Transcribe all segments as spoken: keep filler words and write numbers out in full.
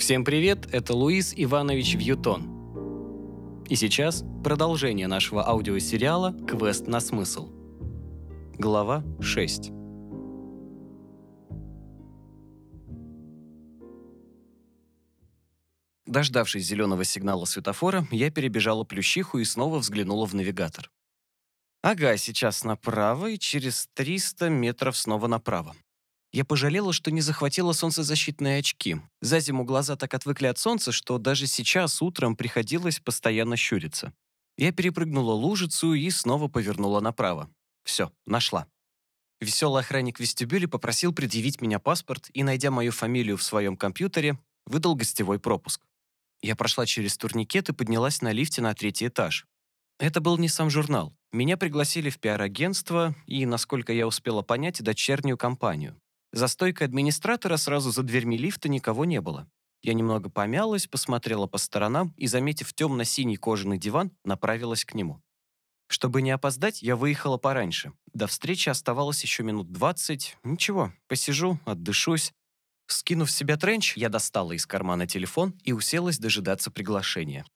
Всем привет, это Луис Иванович Вьютон. И сейчас продолжение нашего аудиосериала «Квест на смысл». Глава шесть. Дождавшись зеленого сигнала светофора, я перебежала Плющиху и снова взглянула в навигатор. Ага, сейчас направо и через триста метров снова направо. Я пожалела, что не захватила солнцезащитные очки. За зиму глаза так отвыкли от солнца, что даже сейчас утром приходилось постоянно щуриться. Я перепрыгнула лужицу и снова повернула направо. Все, нашла. Веселый охранник в вестибюле попросил предъявить меня паспорт и, найдя мою фамилию в своем компьютере, выдал гостевой пропуск. Я прошла через турникет и поднялась на лифте на третий этаж. Это был не сам журнал. Меня пригласили в пиар-агентство и, насколько я успела понять, дочернюю компанию. За стойкой администратора сразу за дверьми лифта никого не было. Я немного помялась, посмотрела по сторонам и, заметив темно-синий кожаный диван, направилась к нему. Чтобы не опоздать, я выехала пораньше. До встречи оставалось еще минут двадцать. Ничего, посижу, отдышусь. Скинув с себя тренч, я достала из кармана телефон и уселась дожидаться приглашения.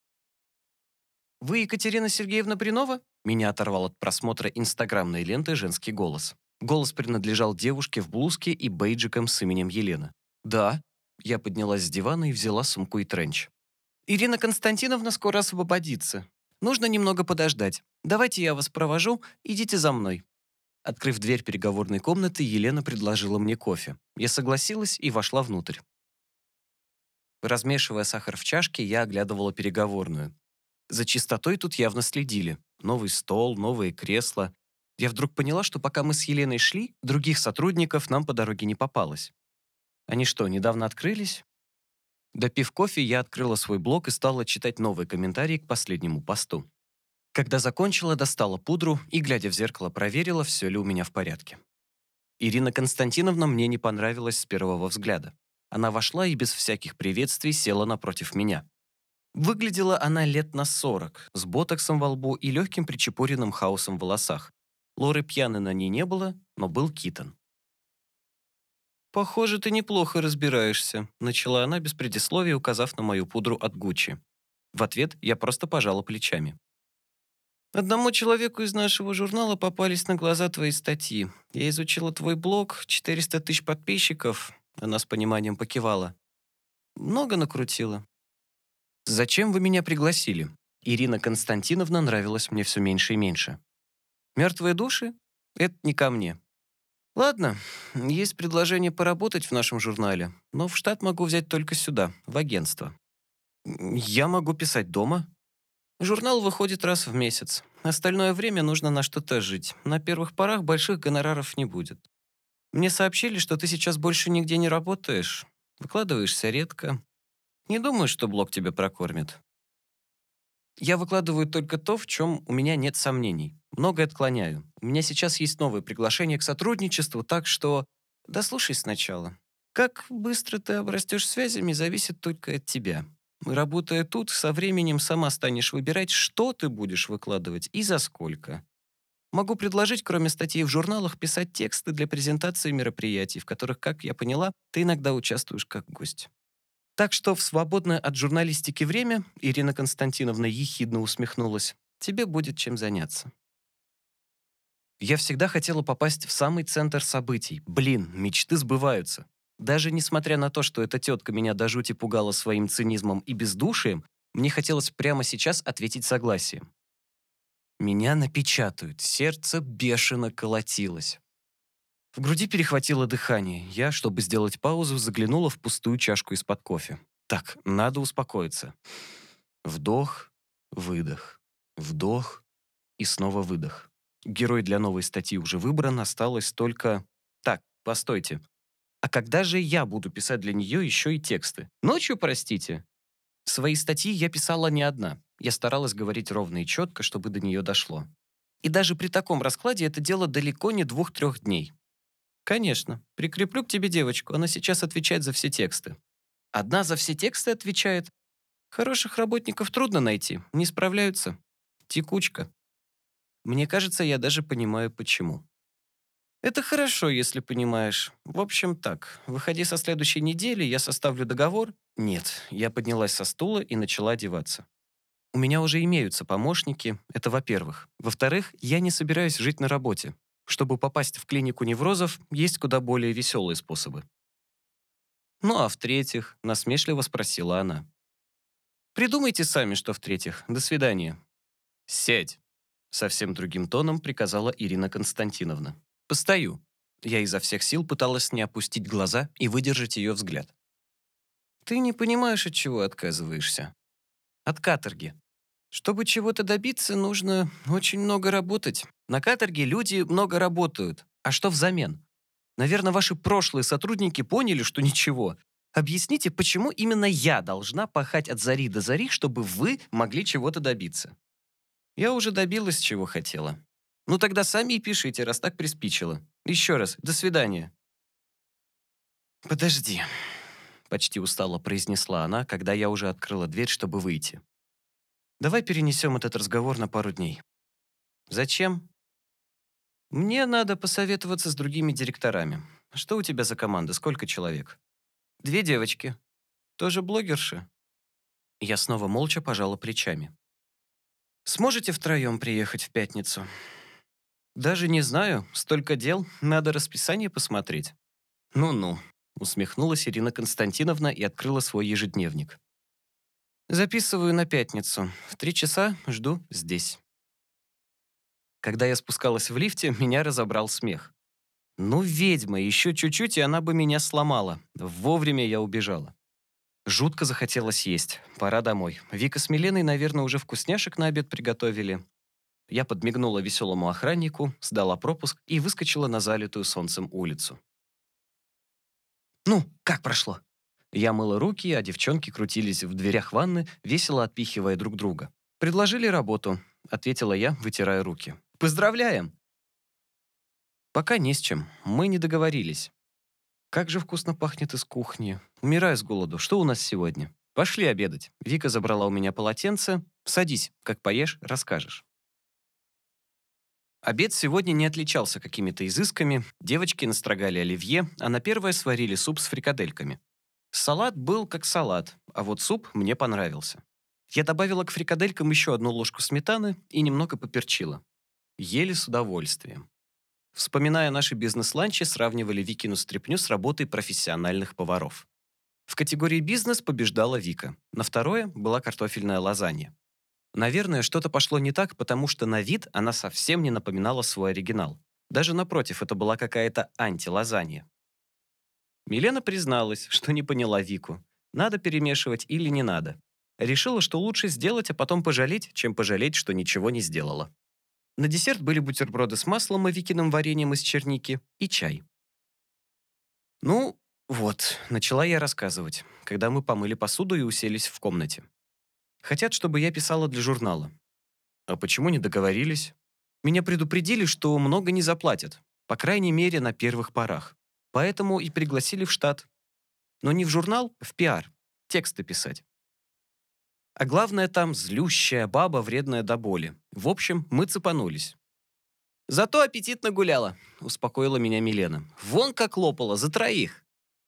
«Вы Екатерина Сергеевна Бринова?» Меня оторвал от просмотра инстаграмной ленты женский голос. Голос принадлежал девушке в блузке и бейджиком с именем Елена. «Да». Я поднялась с дивана и взяла сумку и тренч. «Ирина Константиновна скоро освободится. Нужно немного подождать. Давайте я вас провожу, идите за мной». Открыв дверь переговорной комнаты, Елена предложила мне кофе. Я согласилась и вошла внутрь. Размешивая сахар в чашке, я оглядывала переговорную. За чистотой тут явно следили. Новый стол, новые кресла. Я вдруг поняла, что пока мы с Еленой шли, других сотрудников нам по дороге не попалось. Они что, недавно открылись? Допив кофе, я открыла свой блог и стала читать новые комментарии к последнему посту. Когда закончила, достала пудру и, глядя в зеркало, проверила, все ли у меня в порядке. Ирина Константиновна мне не понравилась с первого взгляда. Она вошла и без всяких приветствий села напротив меня. Выглядела она лет на сорок, с ботоксом во лбу и легким причепуренным хаосом в волосах. Лоры пьяной на ней не было, но был Китон. «Похоже, ты неплохо разбираешься», — начала она без предисловия, указав на мою пудру от Гуччи. В ответ я просто пожала плечами. «Одному человеку из нашего журнала попались на глаза твои статьи. Я изучила твой блог, четыреста тысяч подписчиков», — она с пониманием покивала. «Много накрутила». «Зачем вы меня пригласили?» Ирина Константиновна нравилась мне все меньше и меньше. «Мертвые души? Это не ко мне. Ладно, есть предложение поработать в нашем журнале, но в штат могу взять только сюда, в агентство. Я могу писать дома. Журнал выходит раз в месяц. Остальное время нужно на что-то жить. На первых порах больших гонораров не будет. Мне сообщили, что ты сейчас больше нигде не работаешь. Выкладываешься редко. Не думаю, что блог тебя прокормит. Я выкладываю только то, в чем у меня нет сомнений. Многое отклоняю. У меня сейчас есть новые приглашения к сотрудничеству, так что дослушай сначала. Как быстро ты обрастешь связями, зависит только от тебя. Работая тут, со временем сама станешь выбирать, что ты будешь выкладывать и за сколько. Могу предложить, кроме статей в журналах, писать тексты для презентации мероприятий, в которых, как я поняла, ты иногда участвуешь как гость. Так что в свободное от журналистики время, Ирина Константиновна ехидно усмехнулась, тебе будет чем заняться. Я всегда хотела попасть в самый центр событий. Блин, мечты сбываются. Даже несмотря на то, что эта тетка меня до жути пугала своим цинизмом и бездушием, мне хотелось прямо сейчас ответить согласием. Меня напечатают, сердце бешено колотилось. В груди перехватило дыхание. Я, чтобы сделать паузу, заглянула в пустую чашку из-под кофе. Так, надо успокоиться. Вдох, выдох, вдох и снова выдох. Герой для новой статьи уже выбран, осталось только... Так, постойте. А когда же я буду писать для нее еще и тексты? Ночью, простите? Свои статьи я писала не одна. Я старалась говорить ровно и четко, чтобы до нее дошло. И даже при таком раскладе это дело далеко не двух-трех дней. Конечно, прикреплю к тебе девочку, она сейчас отвечает за все тексты. Одна за все тексты отвечает. Хороших работников трудно найти, не справляются. Текучка. Мне кажется, я даже понимаю, почему. Это хорошо, если понимаешь. В общем, так, выходи со следующей недели, я составлю договор. Нет, я поднялась со стула и начала одеваться. У меня уже имеются помощники, это во-первых. Во-вторых, я не собираюсь жить на работе. Чтобы попасть в клинику неврозов, есть куда более веселые способы. Ну а в-третьих, насмешливо спросила она. Придумайте сами, что в-третьих. До свидания. Сядь. Совсем другим тоном приказала Ирина Константиновна. Постою. Я изо всех сил пыталась не опустить глаза и выдержать ее взгляд. Ты не понимаешь, от чего отказываешься. От каторги. Чтобы чего-то добиться, нужно очень много работать. На каторге люди много работают. А что взамен? Наверное, ваши прошлые сотрудники поняли, что ничего. Объясните, почему именно я должна пахать от зари до зари, чтобы вы могли чего-то добиться? Я уже добилась, чего хотела. Ну тогда сами и пишите, раз так приспичило. Еще раз, до свидания. Подожди, почти устало произнесла она, когда я уже открыла дверь, чтобы выйти. Давай перенесем этот разговор на пару дней. Зачем? Мне надо посоветоваться с другими директорами. Что у тебя за команда? Сколько человек? Две девочки. Тоже блогерши? Я снова молча пожала плечами. Сможете втроем приехать в пятницу? Даже не знаю, столько дел, надо расписание посмотреть. Ну-ну, усмехнулась Ирина Константиновна и открыла свой ежедневник. Записываю на пятницу. В три часа жду здесь. Когда я спускалась в лифте, меня разобрал смех. Ну, ведьма, еще чуть-чуть, и она бы меня сломала. Вовремя я убежала. Жутко захотелось есть. Пора домой. Вика с Миленой, наверное, уже вкусняшек на обед приготовили. Я подмигнула веселому охраннику, сдала пропуск и выскочила на залитую солнцем улицу. «Ну, как прошло?» Я мыла руки, а девчонки крутились в дверях ванны, весело отпихивая друг друга. «Предложили работу», — ответила я, вытирая руки. «Поздравляем!» «Пока не с чем. Мы не договорились». «Как же вкусно пахнет из кухни. Умираю с голоду. Что у нас сегодня?» «Пошли обедать». Вика забрала у меня полотенце. «Садись. Как поешь, расскажешь». Обед сегодня не отличался какими-то изысками. Девочки настрогали оливье, а на первое сварили суп с фрикадельками. Салат был как салат, а вот суп мне понравился. Я добавила к фрикаделькам еще одну ложку сметаны и немного поперчила. Ели с удовольствием. Вспоминая наши бизнес-ланчи, сравнивали Викину стряпню с работой профессиональных поваров. В категории «бизнес» побеждала Вика. На второе была картофельная лазанья. Наверное, что-то пошло не так, потому что на вид она совсем не напоминала свой оригинал. Даже напротив, это была какая-то анти-лазанья. Милена призналась, что не поняла Вику. Надо перемешивать или не надо. Решила, что лучше сделать, а потом пожалеть, чем пожалеть, что ничего не сделала. На десерт были бутерброды с маслом и Викиным вареньем из черники и чай. Ну, вот, начала я рассказывать, когда мы помыли посуду и уселись в комнате. Хотят, чтобы я писала для журнала. А почему не договорились? Меня предупредили, что много не заплатят, по крайней мере, на первых порах. Поэтому и пригласили в штат. Но не в журнал, в пиар. Тексты писать. А главное, там злющая баба, вредная до боли. В общем, мы цепанулись. «Зато аппетитно гуляла», — успокоила меня Милена. «Вон как лопала, за троих».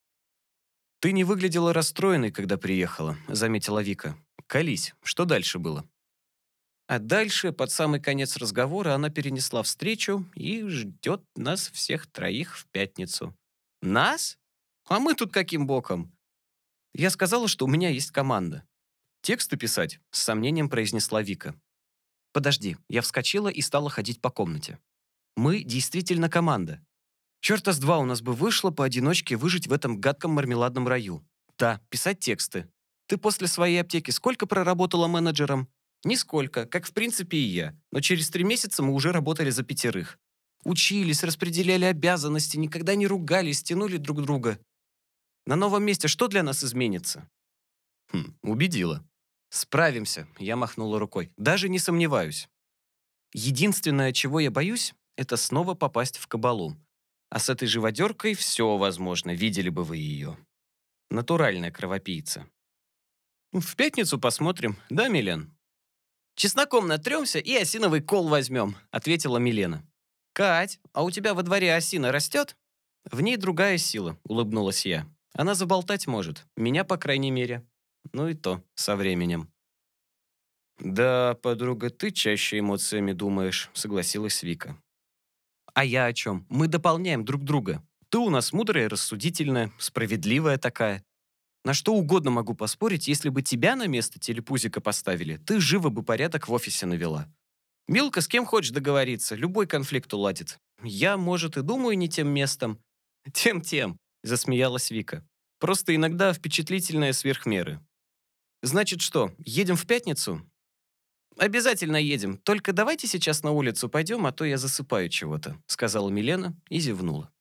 «Ты не выглядела расстроенной, когда приехала», — заметила Вика. «Колись, что дальше было?» А дальше, под самый конец разговора, она перенесла встречу и ждет нас всех троих в пятницу. «Нас? А мы тут каким боком?» Я сказала, что у меня есть команда. «Тексты писать?» — с сомнением произнесла Вика. «Подожди», я вскочила и стала ходить по комнате. «Мы действительно команда. Черта с два у нас бы вышло поодиночке выжить в этом гадком мармеладном раю. Да, писать тексты. Ты после своей аптеки сколько проработала менеджером? Нисколько, как в принципе и я. Но через три месяца мы уже работали за пятерых. Учились, распределяли обязанности, никогда не ругались, тянули друг друга. На новом месте что для нас изменится?» Хм, убедила. «Справимся», я махнула рукой. «Даже не сомневаюсь. Единственное, чего я боюсь, это снова попасть в кабалу. А с этой живодеркой все возможно, видели бы вы ее. Натуральная кровопийца». «В пятницу посмотрим, да, Милен?» «Чесноком натремся и осиновый кол возьмем», — ответила Милена. «Кать, а у тебя во дворе осина растет?» «В ней другая сила», — улыбнулась я. «Она заболтать может. Меня, по крайней мере. Ну и то, со временем». «Да, подруга, ты чаще эмоциями думаешь», — согласилась Вика. «А я о чем? Мы дополняем друг друга. Ты у нас мудрая, рассудительная, справедливая такая. На что угодно могу поспорить, если бы тебя на место телепузика поставили, ты живо бы порядок в офисе навела. Милка с кем хочешь договориться, любой конфликт уладит. Я, может, и думаю не тем местом». «Тем-тем», — засмеялась Вика. «Просто иногда впечатлительная сверх меры». «Значит что, едем в пятницу?» «Обязательно едем. Только давайте сейчас на улицу пойдем, а то я засыпаю чего-то», — сказала Милена и зевнула.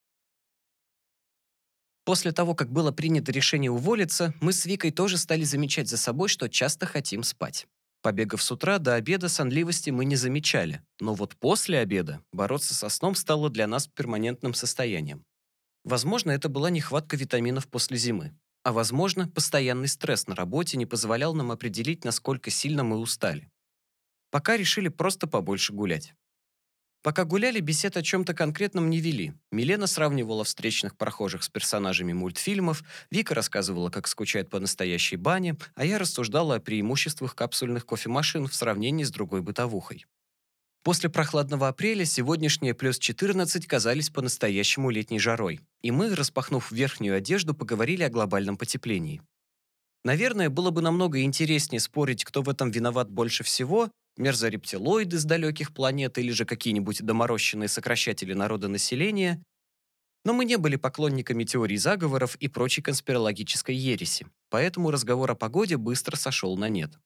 После того, как было принято решение уволиться, мы с Викой тоже стали замечать за собой, что часто хотим спать. Побегав с утра до обеда, сонливости мы не замечали. Но вот после обеда бороться со сном стало для нас перманентным состоянием. Возможно, это была нехватка витаминов после зимы. А возможно, постоянный стресс на работе не позволял нам определить, насколько сильно мы устали. Пока решили просто побольше гулять. Пока гуляли, бесед о чем-то конкретном не вели. Милена сравнивала встречных прохожих с персонажами мультфильмов, Вика рассказывала, как скучает по настоящей бане, а я рассуждала о преимуществах капсульных кофемашин в сравнении с другой бытовухой. После прохладного апреля сегодняшние плюс четырнадцать казались по-настоящему летней жарой, и мы, распахнув верхнюю одежду, поговорили о глобальном потеплении. Наверное, было бы намного интереснее спорить, кто в этом виноват больше всего, мерзорептилоиды с далеких планет или же какие-нибудь доморощенные сокращатели народонаселения, но мы не были поклонниками теорий заговоров и прочей конспирологической ереси, поэтому разговор о погоде быстро сошел на нет.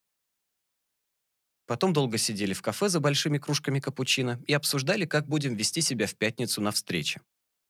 Потом долго сидели в кафе за большими кружками капучино и обсуждали, как будем вести себя в пятницу на встрече.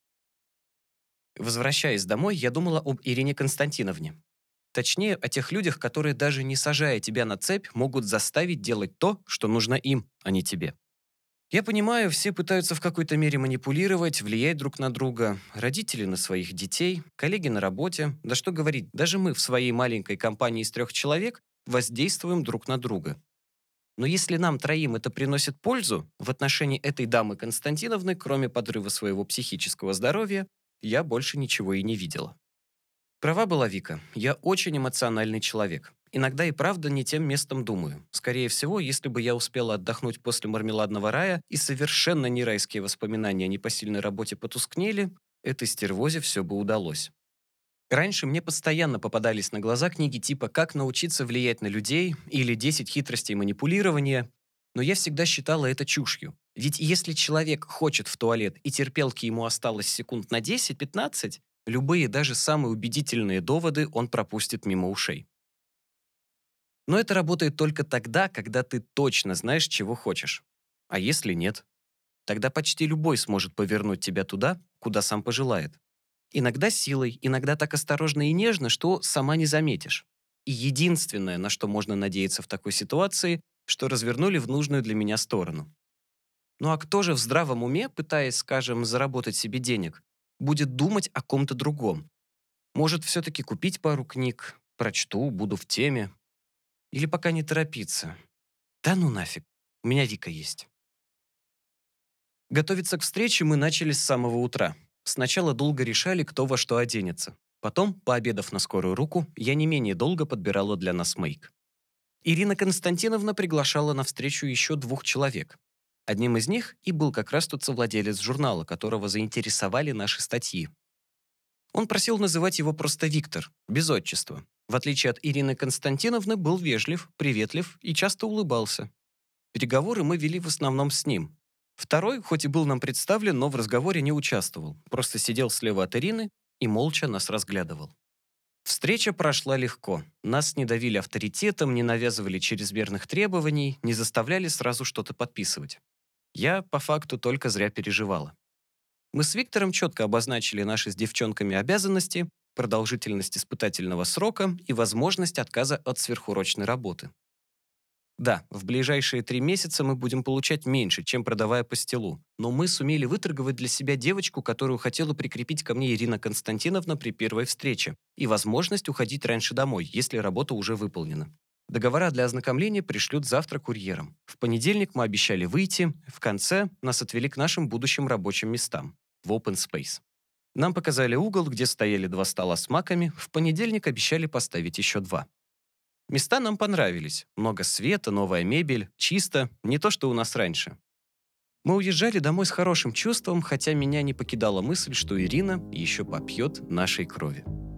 Возвращаясь домой, я думала об Ирине Константиновне. Точнее, о тех людях, которые, даже не сажая тебя на цепь, могут заставить делать то, что нужно им, а не тебе. Я понимаю, все пытаются в какой-то мере манипулировать, влиять друг на друга. Родители на своих детей, коллеги на работе. Да что говорить, даже мы в своей маленькой компании из трех человек воздействуем друг на друга. Но если нам троим это приносит пользу, в отношении этой дамы Константиновны, кроме подрыва своего психического здоровья, я больше ничего и не видела. Права была Вика. Я очень эмоциональный человек. Иногда и правда не тем местом думаю. Скорее всего, если бы я успела отдохнуть после мармеладного рая и совершенно не райские воспоминания о непосильной работе потускнели, этой стервозе все бы удалось. Раньше мне постоянно попадались на глаза книги типа «Как научиться влиять на людей» или «десять хитростей манипулирования», но я всегда считала это чушью. Ведь если человек хочет в туалет и терпелки ему осталось секунд на десять-пятнадцать, любые, даже самые убедительные доводы он пропустит мимо ушей. Но это работает только тогда, когда ты точно знаешь, чего хочешь. А если нет? Тогда почти любой сможет повернуть тебя туда, куда сам пожелает. Иногда силой, иногда так осторожно и нежно, что сама не заметишь. И единственное, на что можно надеяться в такой ситуации, что развернули в нужную для меня сторону. Ну а кто же в здравом уме, пытаясь, скажем, заработать себе денег, будет думать о ком-то другом? Может, все-таки купить пару книг, прочту, буду в теме. Или пока не торопиться. Да ну нафиг, у меня Вика есть. Готовиться к встрече мы начали с самого утра. Сначала долго решали, кто во что оденется. Потом, пообедав на скорую руку, я не менее долго подбирала для нас мейк. Ирина Константиновна приглашала на встречу еще двух человек. Одним из них и был как раз тот совладелец журнала, которого заинтересовали наши статьи. Он просил называть его просто Виктор, без отчества. В отличие от Ирины Константиновны, был вежлив, приветлив и часто улыбался. Переговоры мы вели в основном с ним. Второй, хоть и был нам представлен, но в разговоре не участвовал, просто сидел слева от Ирины и молча нас разглядывал. Встреча прошла легко. Нас не давили авторитетом, не навязывали чрезмерных требований, не заставляли сразу что-то подписывать. Я, по факту, только зря переживала. Мы с Виктором четко обозначили наши с девчонками обязанности, продолжительность испытательного срока и возможность отказа от сверхурочной работы. Да, в ближайшие три месяца мы будем получать меньше, чем продавая пастилу, но мы сумели выторговать для себя девочку, которую хотела прикрепить ко мне Ирина Константиновна при первой встрече, и возможность уходить раньше домой, если работа уже выполнена. Договора для ознакомления пришлют завтра курьером. В понедельник мы обещали выйти, в конце нас отвели к нашим будущим рабочим местам в open space. Нам показали угол, где стояли два стола с маками, в понедельник обещали поставить еще два. Места нам понравились. Много света, новая мебель, чисто, не то, что у нас раньше. Мы уезжали домой с хорошим чувством, хотя меня не покидала мысль, что Ирина еще попьет нашей крови.